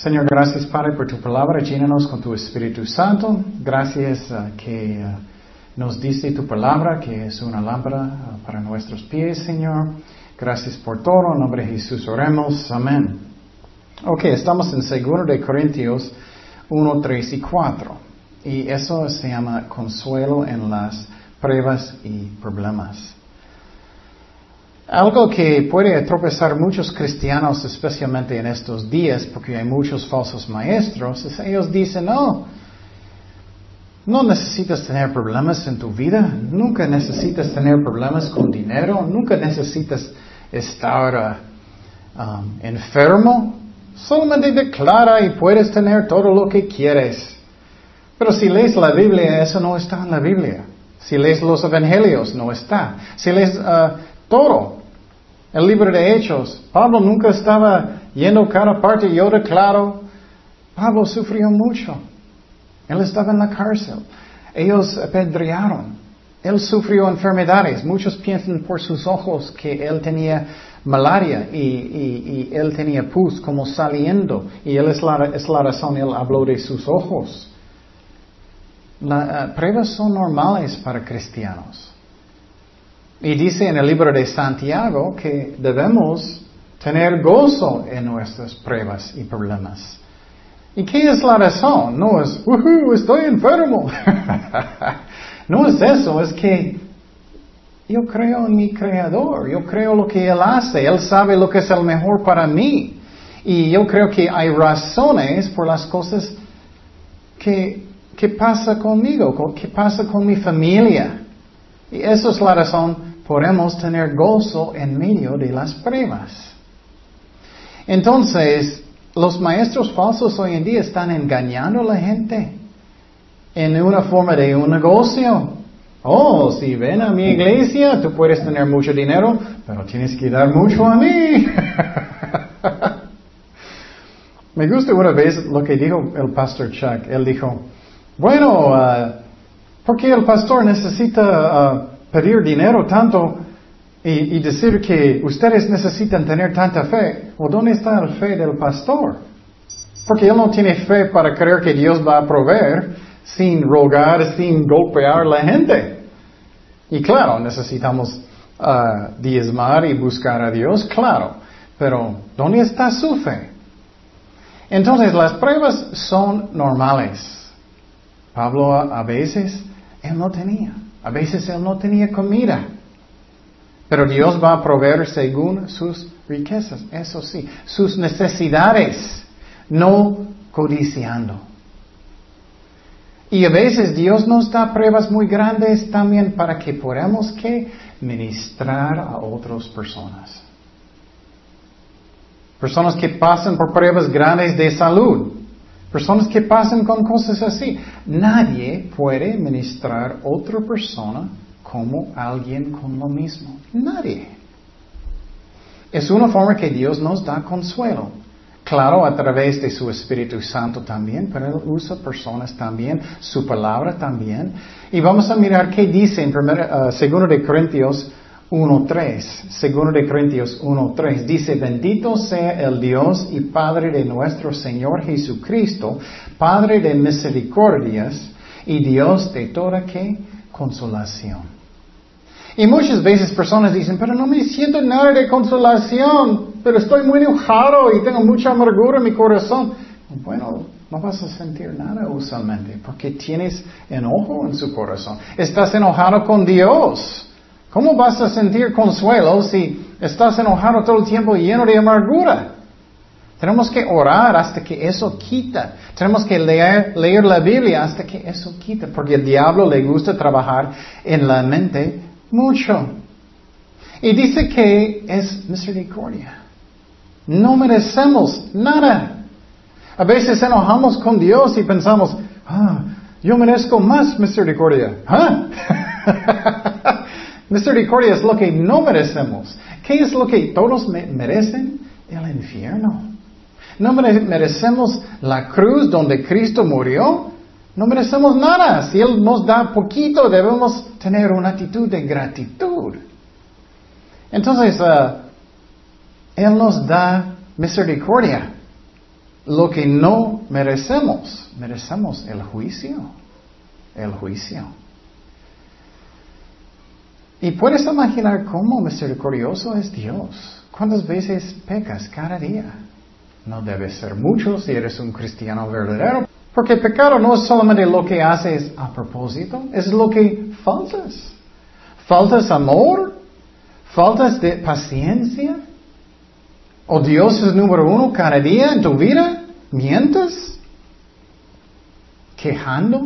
Señor, gracias Padre por tu palabra, llénanos con tu Espíritu Santo. Gracias que nos dice tu palabra, que es una lámpara para nuestros pies, Señor. Gracias por todo, en nombre de Jesús oremos, amén. Ok, estamos en 2 de Corintios 1, 3 y 4. Y eso se llama consuelo en las pruebas y problemas. Algo que puede tropezar muchos cristianos, especialmente en estos días, porque hay muchos falsos maestros, es ellos dicen, no necesitas tener problemas en tu vida, nunca necesitas tener problemas con dinero, nunca necesitas estar enfermo, solamente declara y puedes tener todo lo que quieres. Pero si lees la Biblia, eso no está en la Biblia. Si lees los evangelios, no está. Si lees todo, el libro de Hechos, Pablo nunca estaba yendo a cada parte, yo declaro, Pablo sufrió mucho. Él estaba en la cárcel. Ellos apedrearon. Él sufrió enfermedades. Muchos piensan por sus ojos que él tenía malaria y él tenía pus como saliendo. Y él es la razón, él habló de sus ojos. Las pruebas son normales para cristianos. Y dice en el libro de Santiago que debemos tener gozo en nuestras pruebas y problemas. ¿Y qué es la razón? No es, estoy enfermo. No es eso, es que yo creo en mi Creador, yo creo lo que Él hace, Él sabe lo que es el mejor para mí. Y yo creo que hay razones por las cosas que pasa conmigo, que pasa con mi familia. Y eso es la razón, podemos tener gozo en medio de las pruebas. Entonces, los maestros falsos hoy en día están engañando a la gente en una forma de un negocio. Oh, si ven a mi iglesia, tú puedes tener mucho dinero, pero tienes que dar mucho a mí. Me gusta una vez lo que dijo el pastor Chuck. Él dijo, bueno, ¿por qué el pastor necesita pedir dinero tanto y decir que ustedes necesitan tener tanta fe? ¿O dónde está la fe del pastor? Porque él no tiene fe para creer que Dios va a proveer sin rogar, sin golpear a la gente. Y claro, necesitamos diezmar y buscar a Dios, claro. Pero, ¿dónde está su fe? Entonces, las pruebas son normales. Pablo a veces, él no tenía. A veces él no tenía comida. Pero Dios va a proveer según sus riquezas, eso sí, sus necesidades, no codiciando. Y a veces Dios nos da pruebas muy grandes también para que podamos ministrar a otras personas. Personas que pasan por pruebas grandes de salud. Personas que pasan con cosas así. Nadie puede ministrar a otra persona como alguien con lo mismo. Nadie. Es una forma que Dios nos da consuelo. Claro, a través de su Espíritu Santo también, pero Él usa personas también, su palabra también. Y vamos a mirar qué dice en 2 de Corintios 1.3. 2 de Corintios 1.3 dice, bendito sea el Dios y Padre de nuestro Señor Jesucristo, Padre de misericordias y Dios de toda consolación. Y muchas veces personas dicen, pero no me siento nada de consolación, pero estoy muy enojado y tengo mucha amargura en mi corazón. Bueno, no vas a sentir nada usualmente, porque tienes enojo en su corazón. Estás enojado con Dios. ¿Cómo vas a sentir consuelo si estás enojado todo el tiempo y lleno de amargura? Tenemos que orar hasta que eso quita. Tenemos que leer la Biblia hasta que eso quita, porque el diablo le gusta trabajar en la mente mucho. Y dice que es misericordia. No merecemos nada. A veces enojamos con Dios y pensamos, yo merezco más misericordia. Misericordia es lo que no merecemos. ¿Qué es lo que todos merecen? El infierno. No merecemos la cruz donde Cristo murió. No merecemos nada. Si Él nos da poquito, debemos tener una actitud de gratitud. Entonces, Él nos da misericordia. lo que no merecemos. Merecemos el juicio. El juicio. Y puedes imaginar cómo misericordioso es Dios. ¿Cuántas veces pecas cada día? No debe ser mucho si eres un cristiano verdadero. Porque el pecado no es solamente lo que haces a propósito, es lo que faltas. Faltas amor, faltas de paciencia. ¿O Dios es número uno cada día en tu vida? ¿Mientes? ¿Quejando?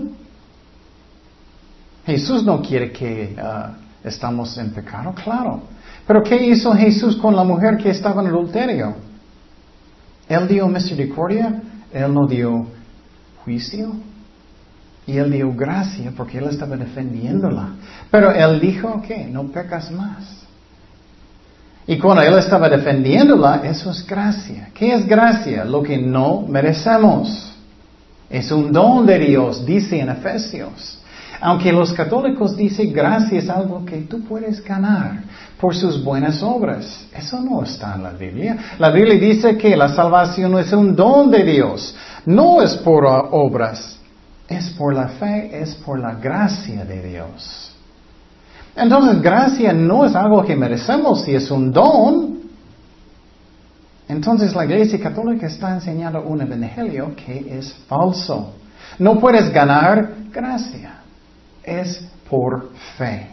Jesús no quiere que estamos en pecado, claro. Pero ¿qué hizo Jesús con la mujer que estaba en adulterio? Él dio misericordia, Él no dio juicio. Y Él dio gracia porque Él estaba defendiéndola. Pero Él dijo que no pecas más. Y cuando Él estaba defendiéndola, eso es gracia. ¿Qué es gracia? Lo que no merecemos. Es un don de Dios, dice en Efesios. Aunque los católicos dicen gracia es algo que tú puedes ganar por sus buenas obras. Eso no está en la Biblia. La Biblia dice que la salvación es un don de Dios. No es por obras. Es por la fe, es por la gracia de Dios. Entonces, gracia no es algo que merecemos, si es un don. Entonces, la Iglesia Católica está enseñando un evangelio que es falso. No puedes ganar gracia. Es por fe.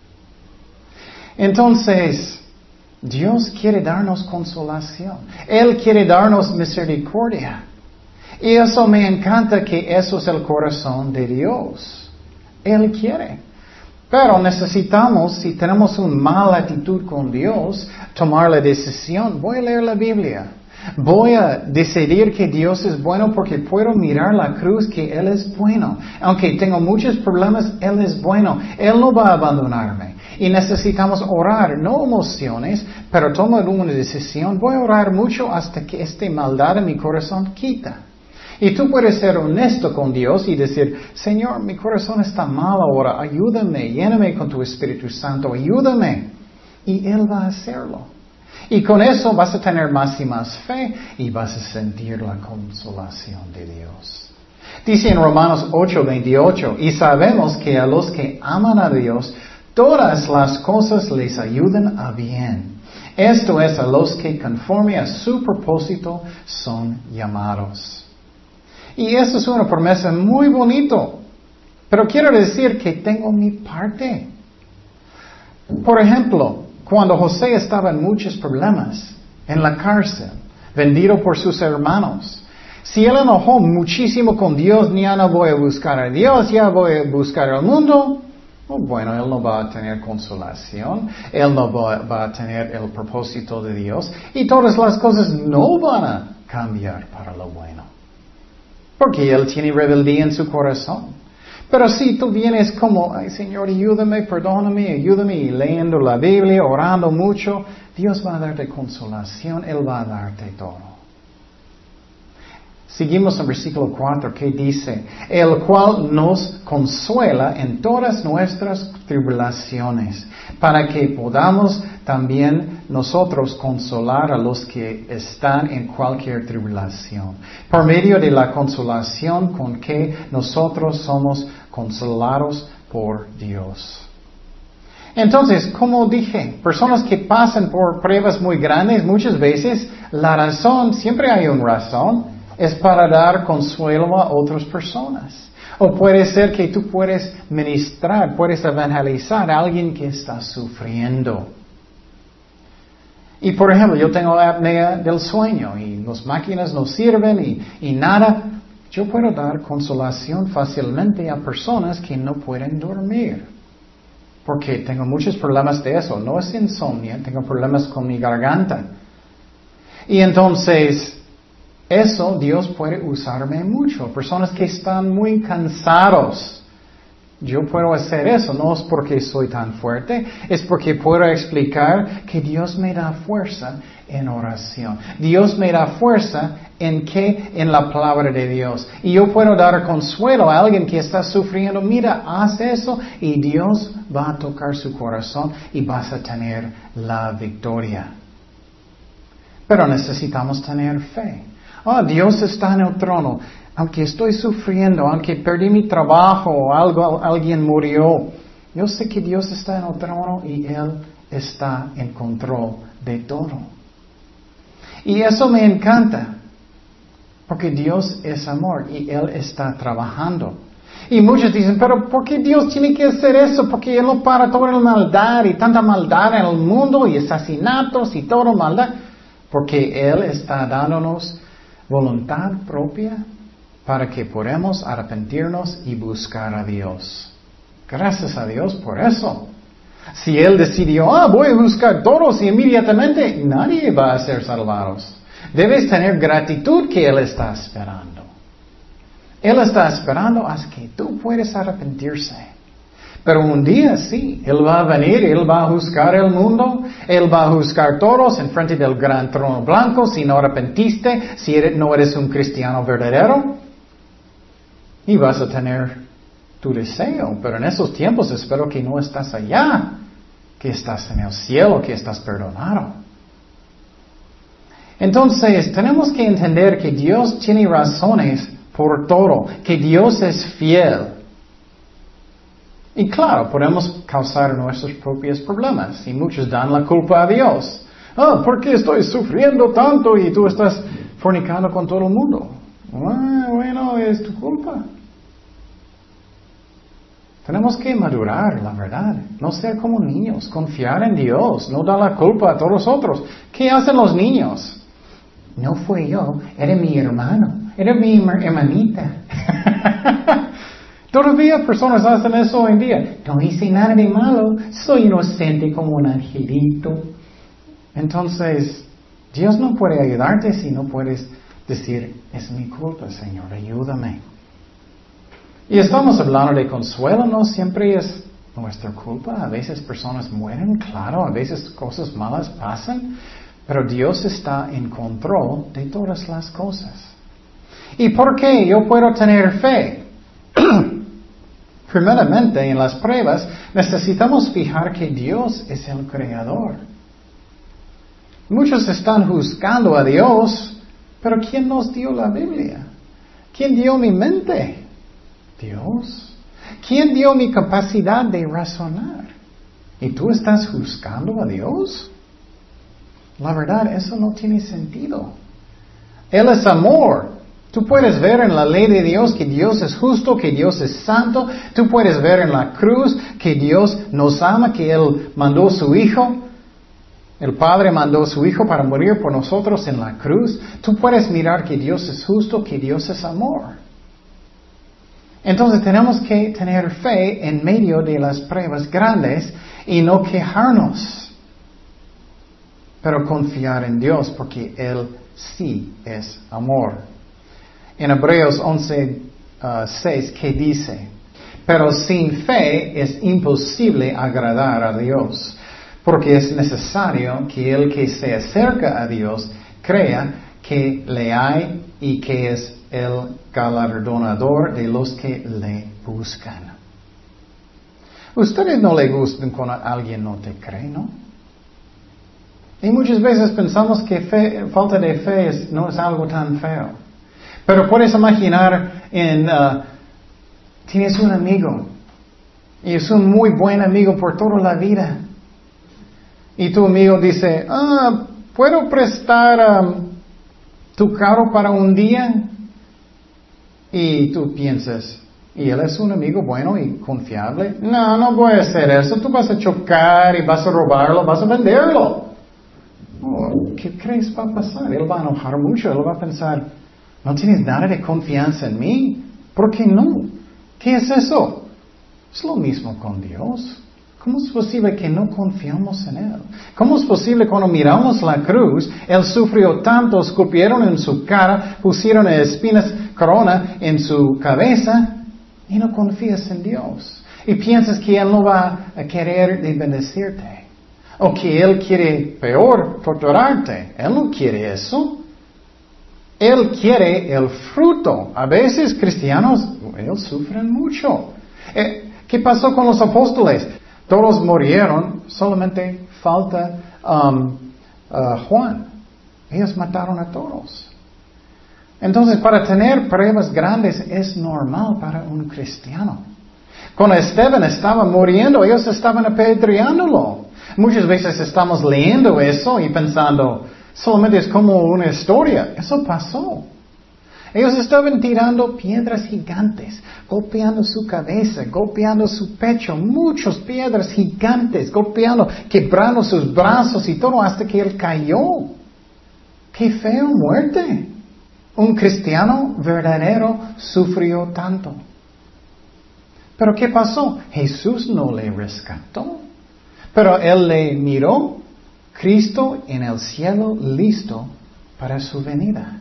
Entonces, Dios quiere darnos consolación. Él quiere darnos misericordia. Y eso me encanta que eso es el corazón de Dios. Él quiere. Pero necesitamos, si tenemos una mala actitud con Dios, tomar la decisión. Voy a leer la Biblia. Voy a decidir que Dios es bueno porque puedo mirar la cruz que Él es bueno. Aunque tengo muchos problemas, Él es bueno. Él no va a abandonarme. Y necesitamos orar, no emociones, pero tomar una decisión. Voy a orar mucho hasta que esta maldad en mi corazón quita. Y tú puedes ser honesto con Dios y decir, Señor, mi corazón está mal ahora, ayúdame, lléname con tu Espíritu Santo, ayúdame. Y Él va a hacerlo. Y con eso vas a tener más y más fe y vas a sentir la consolación de Dios. Dice en Romanos 8:28, y sabemos que a los que aman a Dios, todas las cosas les ayudan a bien. Esto es a los que conforme a su propósito son llamados. Y eso es una promesa muy bonito. Pero quiero decir que tengo mi parte. Por ejemplo, cuando José estaba en muchos problemas, en la cárcel, vendido por sus hermanos, si él enojó muchísimo con Dios, ya no voy a buscar a Dios, ya voy a buscar al mundo, bueno, él no va a tener consolación, él no va a tener el propósito de Dios, y todas las cosas no van a cambiar para lo bueno. Porque él tiene rebeldía en su corazón. Pero si tú vienes como, ay Señor, ayúdame, perdóname, ayúdame, y leyendo la Biblia, orando mucho, Dios va a darte consolación, Él va a darte todo. Seguimos en versículo 4 que dice, el cual nos consuela en todas nuestras tribulaciones, para que podamos también nosotros consolar a los que están en cualquier tribulación, por medio de la consolación con que nosotros somos consolados por Dios. Entonces, como dije, personas que pasan por pruebas muy grandes, muchas veces la razón, siempre hay una razón, es para dar consuelo a otras personas. O puede ser que tú puedes ministrar, puedes evangelizar a alguien que está sufriendo. Y por ejemplo, yo tengo la apnea del sueño y las máquinas no sirven y nada. Yo puedo dar consolación fácilmente a personas que no pueden dormir. Porque tengo muchos problemas de eso. No es insomnio, tengo problemas con mi garganta. Y entonces, eso Dios puede usarme mucho. Personas que están muy cansados. Yo puedo hacer eso, no es porque soy tan fuerte, es porque puedo explicar que Dios me da fuerza en oración. Dios me da fuerza en qué, en la palabra de Dios. Y yo puedo dar consuelo a alguien que está sufriendo. Mira, haz eso y Dios va a tocar su corazón y vas a tener la victoria. Pero necesitamos tener fe. Oh, Dios está en el trono. Aunque estoy sufriendo, aunque perdí mi trabajo o alguien murió, yo sé que Dios está en el trono y Él está en control de todo. Y eso me encanta, porque Dios es amor y Él está trabajando. Y muchos dicen, pero ¿por qué Dios tiene que hacer eso? Porque Él no para toda la maldad y tanta maldad en el mundo y asesinatos y toda maldad. Porque Él está dándonos voluntad propia para que podamos arrepentirnos y buscar a Dios. Gracias a Dios por eso. Si Él decidió, voy a buscar todos y inmediatamente nadie va a ser salvados. Debes tener gratitud que Él está esperando. Él está esperando hasta que tú puedas arrepentirse. Pero un día sí, Él va a venir, Él va a juzgar el mundo, Él va a juzgar todos en frente del gran trono blanco si no arrepentiste, si no eres un cristiano verdadero. Y vas a tener tu deseo, pero en esos tiempos espero que no estás allá, que estás en el cielo, que estás perdonado. Entonces, tenemos que entender que Dios tiene razones por todo, que Dios es fiel. Y claro, podemos causar nuestros propios problemas, y muchos dan la culpa a Dios. ¿Por qué estoy sufriendo tanto y tú estás fornicando con todo el mundo? Bueno, es tu culpa. Tenemos que madurar, la verdad. No ser como niños, confiar en Dios, no dar la culpa a todos los otros. ¿Qué hacen los niños? No fui yo, era mi hermano, era mi hermanita. Todavía personas hacen eso hoy en día. No hice nada de malo, soy inocente como un angelito. Entonces, Dios no puede ayudarte si no puedes decir, es mi culpa, Señor, ayúdame. Y estamos hablando de consuelo, no siempre es nuestra culpa. A veces personas mueren, claro, a veces cosas malas pasan, pero Dios está en control de todas las cosas. ¿Y por qué yo puedo tener fe? Primeramente, en las pruebas, necesitamos fijar que Dios es el Creador. Muchos están juzgando a Dios, pero ¿quién nos dio la Biblia? ¿Quién dio mi mente? Dios. ¿Quién dio mi capacidad de razonar? ¿Y tú estás juzgando a Dios? La verdad, eso no tiene sentido. Él es amor. Tú puedes ver en la ley de Dios que Dios es justo, que Dios es santo. Tú puedes ver en la cruz que Dios nos ama, que Él mandó su Hijo. El Padre mandó su Hijo para morir por nosotros en la cruz. Tú puedes mirar que Dios es justo, que Dios es amor. Entonces tenemos que tener fe en medio de las pruebas grandes y no quejarnos, pero confiar en Dios porque Él sí es amor. En Hebreos 11:6, ¿qué dice? Pero sin fe es imposible agradar a Dios, porque es necesario que el que se acerca a Dios crea que le hay y que es el galardonador de los que le buscan. Ustedes no le gustan cuando alguien no te cree, ¿no? Y muchas veces pensamos que falta de fe no es algo tan feo. Pero puedes imaginar tienes un amigo y es un muy buen amigo por toda la vida. Y tu amigo dice, ¿puedo prestar tu carro para un día? Y tú piensas, ¿y él es un amigo bueno y confiable? No voy a hacer eso. Tú vas a chocar y vas a robarlo, vas a venderlo. ¿Qué crees va a pasar? Él va a enojar mucho. Él va a pensar, ¿no tienes nada de confianza en mí? ¿Por qué no? ¿Qué es eso? Es lo mismo con Dios. ¿Cómo es posible que no confiamos en Él? ¿Cómo es posible cuando miramos la cruz, Él sufrió tanto, escupieron en su cara, pusieron espinas, corona en su cabeza, y no confías en Dios? Y piensas que Él no va a querer de bendecirte. O que Él quiere peor, torturarte. Él no quiere eso. Él quiere el fruto. A veces cristianos, ellos sufren mucho. ¿Qué pasó con los apóstoles? Todos murieron, solamente falta Juan. Ellos mataron a todos. Entonces, para tener pruebas grandes es normal para un cristiano. Cuando Esteban estaba muriendo, ellos estaban apedreándolo. Muchas veces estamos leyendo eso y pensando, solamente es como una historia. Eso pasó. Ellos estaban tirando piedras gigantes, golpeando su cabeza, golpeando su pecho, muchas piedras gigantes, golpeando, quebrando sus brazos y todo hasta que él cayó. ¡Qué feo muerte! Un cristiano verdadero sufrió tanto. Pero ¿qué pasó? Jesús no le rescató. Pero él le miró, Cristo en el cielo listo para su venida.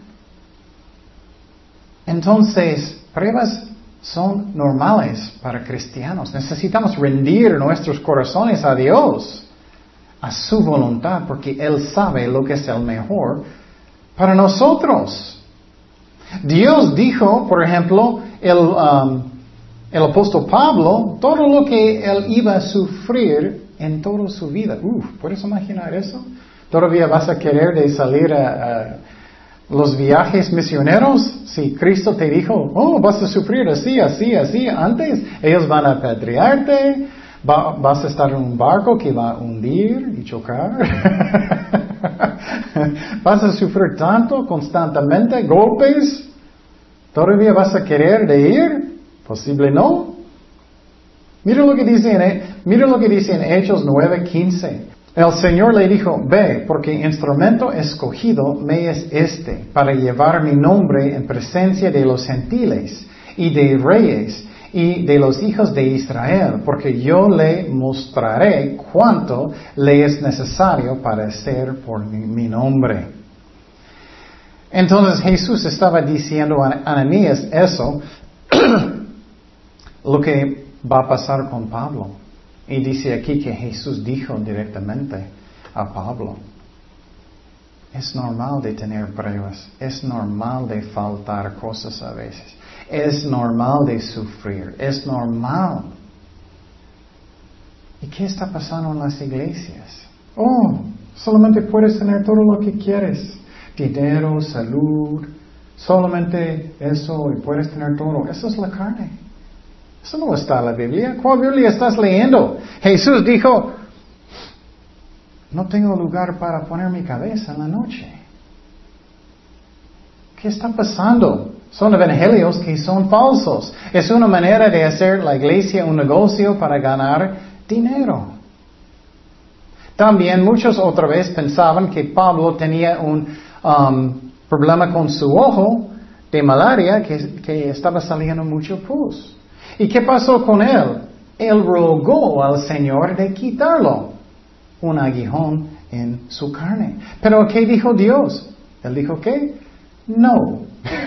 Entonces, pruebas son normales para cristianos. Necesitamos rendir nuestros corazones a Dios, a su voluntad, porque Él sabe lo que es el mejor para nosotros. Dios dijo, por ejemplo, el apóstol Pablo, todo lo que él iba a sufrir en toda su vida. ¿Puedes imaginar eso? ¿Todavía vas a querer de salir a los viajes misioneros? Si Cristo te dijo, vas a sufrir así, así, así, antes, ellos van a apedrearte, vas a estar en un barco que va a hundir y chocar. Vas a sufrir tanto, constantemente, golpes. ¿Todavía vas a querer de ir? Posible no. Mira lo que dice en Hechos 9:15. El Señor le dijo, ve, porque instrumento escogido me es este, para llevar mi nombre en presencia de los gentiles, y de reyes, y de los hijos de Israel, porque yo le mostraré cuánto le es necesario padecer por mi nombre. Entonces Jesús estaba diciendo a Ananías eso, lo que va a pasar con Pablo. Y dice aquí que Jesús dijo directamente a Pablo, es normal de tener pruebas, es normal de faltar cosas a veces, es normal de sufrir, es normal. ¿Y qué está pasando en las iglesias? Solamente puedes tener todo lo que quieres, dinero, salud, solamente eso y puedes tener todo. Eso es la carne. Eso no está en la Biblia. ¿Cuál Biblia estás leyendo? Jesús dijo, no tengo lugar para poner mi cabeza en la noche. ¿Qué está pasando? Son evangelios que son falsos. Es una manera de hacer la iglesia un negocio para ganar dinero. También muchos otra vez pensaban que Pablo tenía un problema con su ojo de malaria, que estaba saliendo mucho pus. ¿Y qué pasó con él? Él rogó al Señor de quitarlo, un aguijón en su carne. Pero ¿qué dijo Dios? Él dijo ¿qué? No.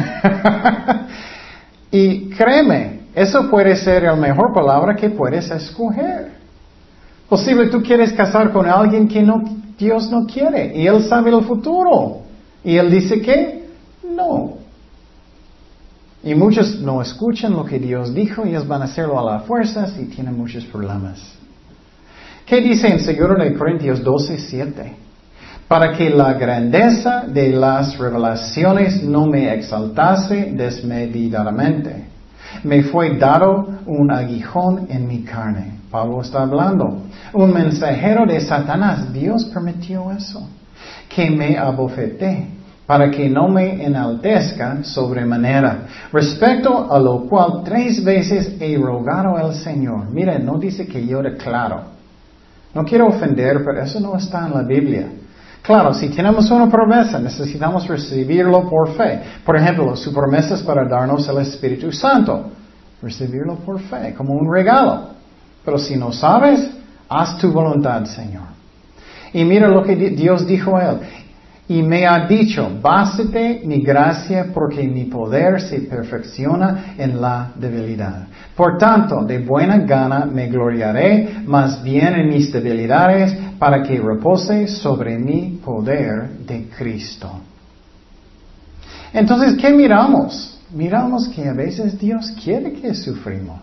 Y créeme, eso puede ser la mejor palabra que puedes escoger. Posible tú quieres casar con alguien que Dios no quiere, y Él sabe el futuro. Y Él dice ¿qué? No. Y muchos no escuchan lo que Dios dijo y ellos van a hacerlo a las fuerzas y tienen muchos problemas. ¿Qué dice en 2 Corintios 12:7? Para que la grandeza de las revelaciones no me exaltase desmedidamente. Me fue dado un aguijón en mi carne. Pablo está hablando. Un mensajero de Satanás. Dios permitió eso. Que me abofeté, para que no me enaltezca sobremanera. Respecto a lo cual 3 veces he rogado al Señor. Mira, no dice que yo declaro. No quiero ofender, pero eso no está en la Biblia. Claro, si tenemos una promesa, necesitamos recibirlo por fe. Por ejemplo, su promesa es para darnos el Espíritu Santo. Recibirlo por fe, como un regalo. Pero si no sabes, haz tu voluntad, Señor. Y mira lo que Dios dijo a él. Y me ha dicho, bástate mi gracia porque mi poder se perfecciona en la debilidad. Por tanto, de buena gana me gloriaré más bien en mis debilidades para que repose sobre mi poder de Cristo. Entonces, ¿qué miramos? Miramos que a veces Dios quiere que sufrimos.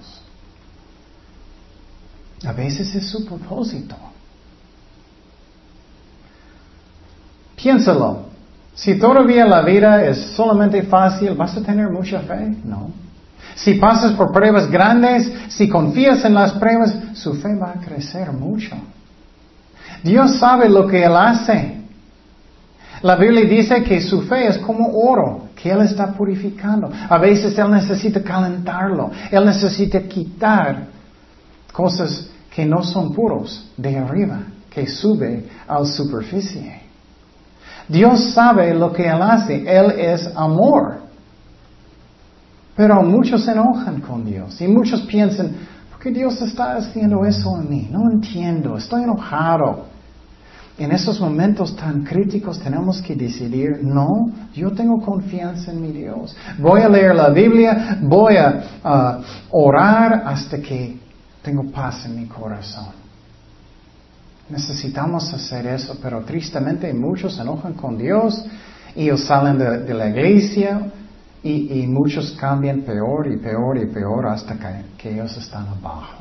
A veces es su propósito. Piénsalo. Si todavía la vida es solamente fácil, ¿vas a tener mucha fe? No. Si pasas por pruebas grandes, si confías en las pruebas, su fe va a crecer mucho. Dios sabe lo que Él hace. La Biblia dice que su fe es como oro, que Él está purificando. A veces Él necesita calentarlo. Él necesita quitar cosas que no son puros de arriba, que sube a la superficie. Dios sabe lo que Él hace. Él es amor. Pero muchos se enojan con Dios y muchos piensan, ¿por qué Dios está haciendo eso en mí? No entiendo, estoy enojado. En esos momentos tan críticos tenemos que decidir, no, yo tengo confianza en mi Dios. Voy a leer la Biblia, voy a orar hasta que tengo paz en mi corazón. Necesitamos hacer eso, pero tristemente muchos se enojan con Dios y ellos salen de la iglesia y muchos cambian peor y peor y peor hasta que ellos están abajo.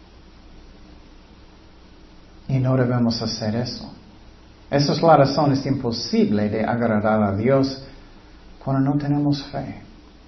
Y no debemos hacer eso. Esa es la razón, es imposible de agradar a Dios cuando no tenemos fe.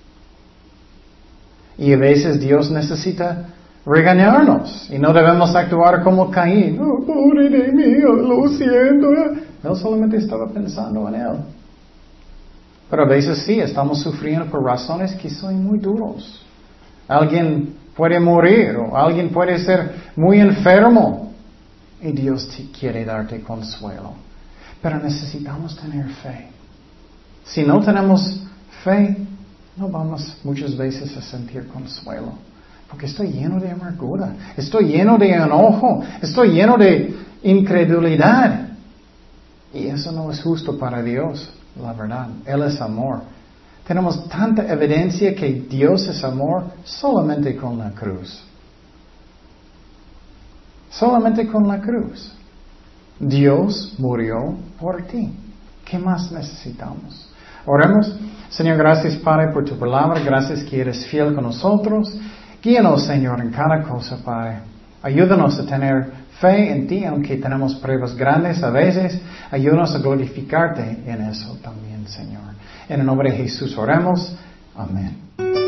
Y a veces Dios necesita regañarnos y no debemos actuar como Caín. Oh, pobre de mí, lo siento. Él solamente estaba pensando en él. Pero a veces sí, estamos sufriendo por razones que son muy duros. Alguien puede morir o alguien puede ser muy enfermo y Dios quiere darte consuelo. Pero necesitamos tener fe. Si no tenemos fe, no vamos muchas veces a sentir consuelo. Porque estoy lleno de amargura, estoy lleno de enojo, estoy lleno de incredulidad. Y eso no es justo para Dios, la verdad. Él es amor. Tenemos tanta evidencia que Dios es amor solamente con la cruz. Solamente con la cruz. Dios murió por ti. ¿Qué más necesitamos? Oremos. Señor, gracias Padre por tu palabra. Gracias que eres fiel con nosotros. Guíanos, Señor, en cada cosa, Padre. Ayúdanos a tener fe en ti, aunque tenemos pruebas grandes a veces. Ayúdanos a glorificarte en eso también, Señor. En el nombre de Jesús oremos. Amén.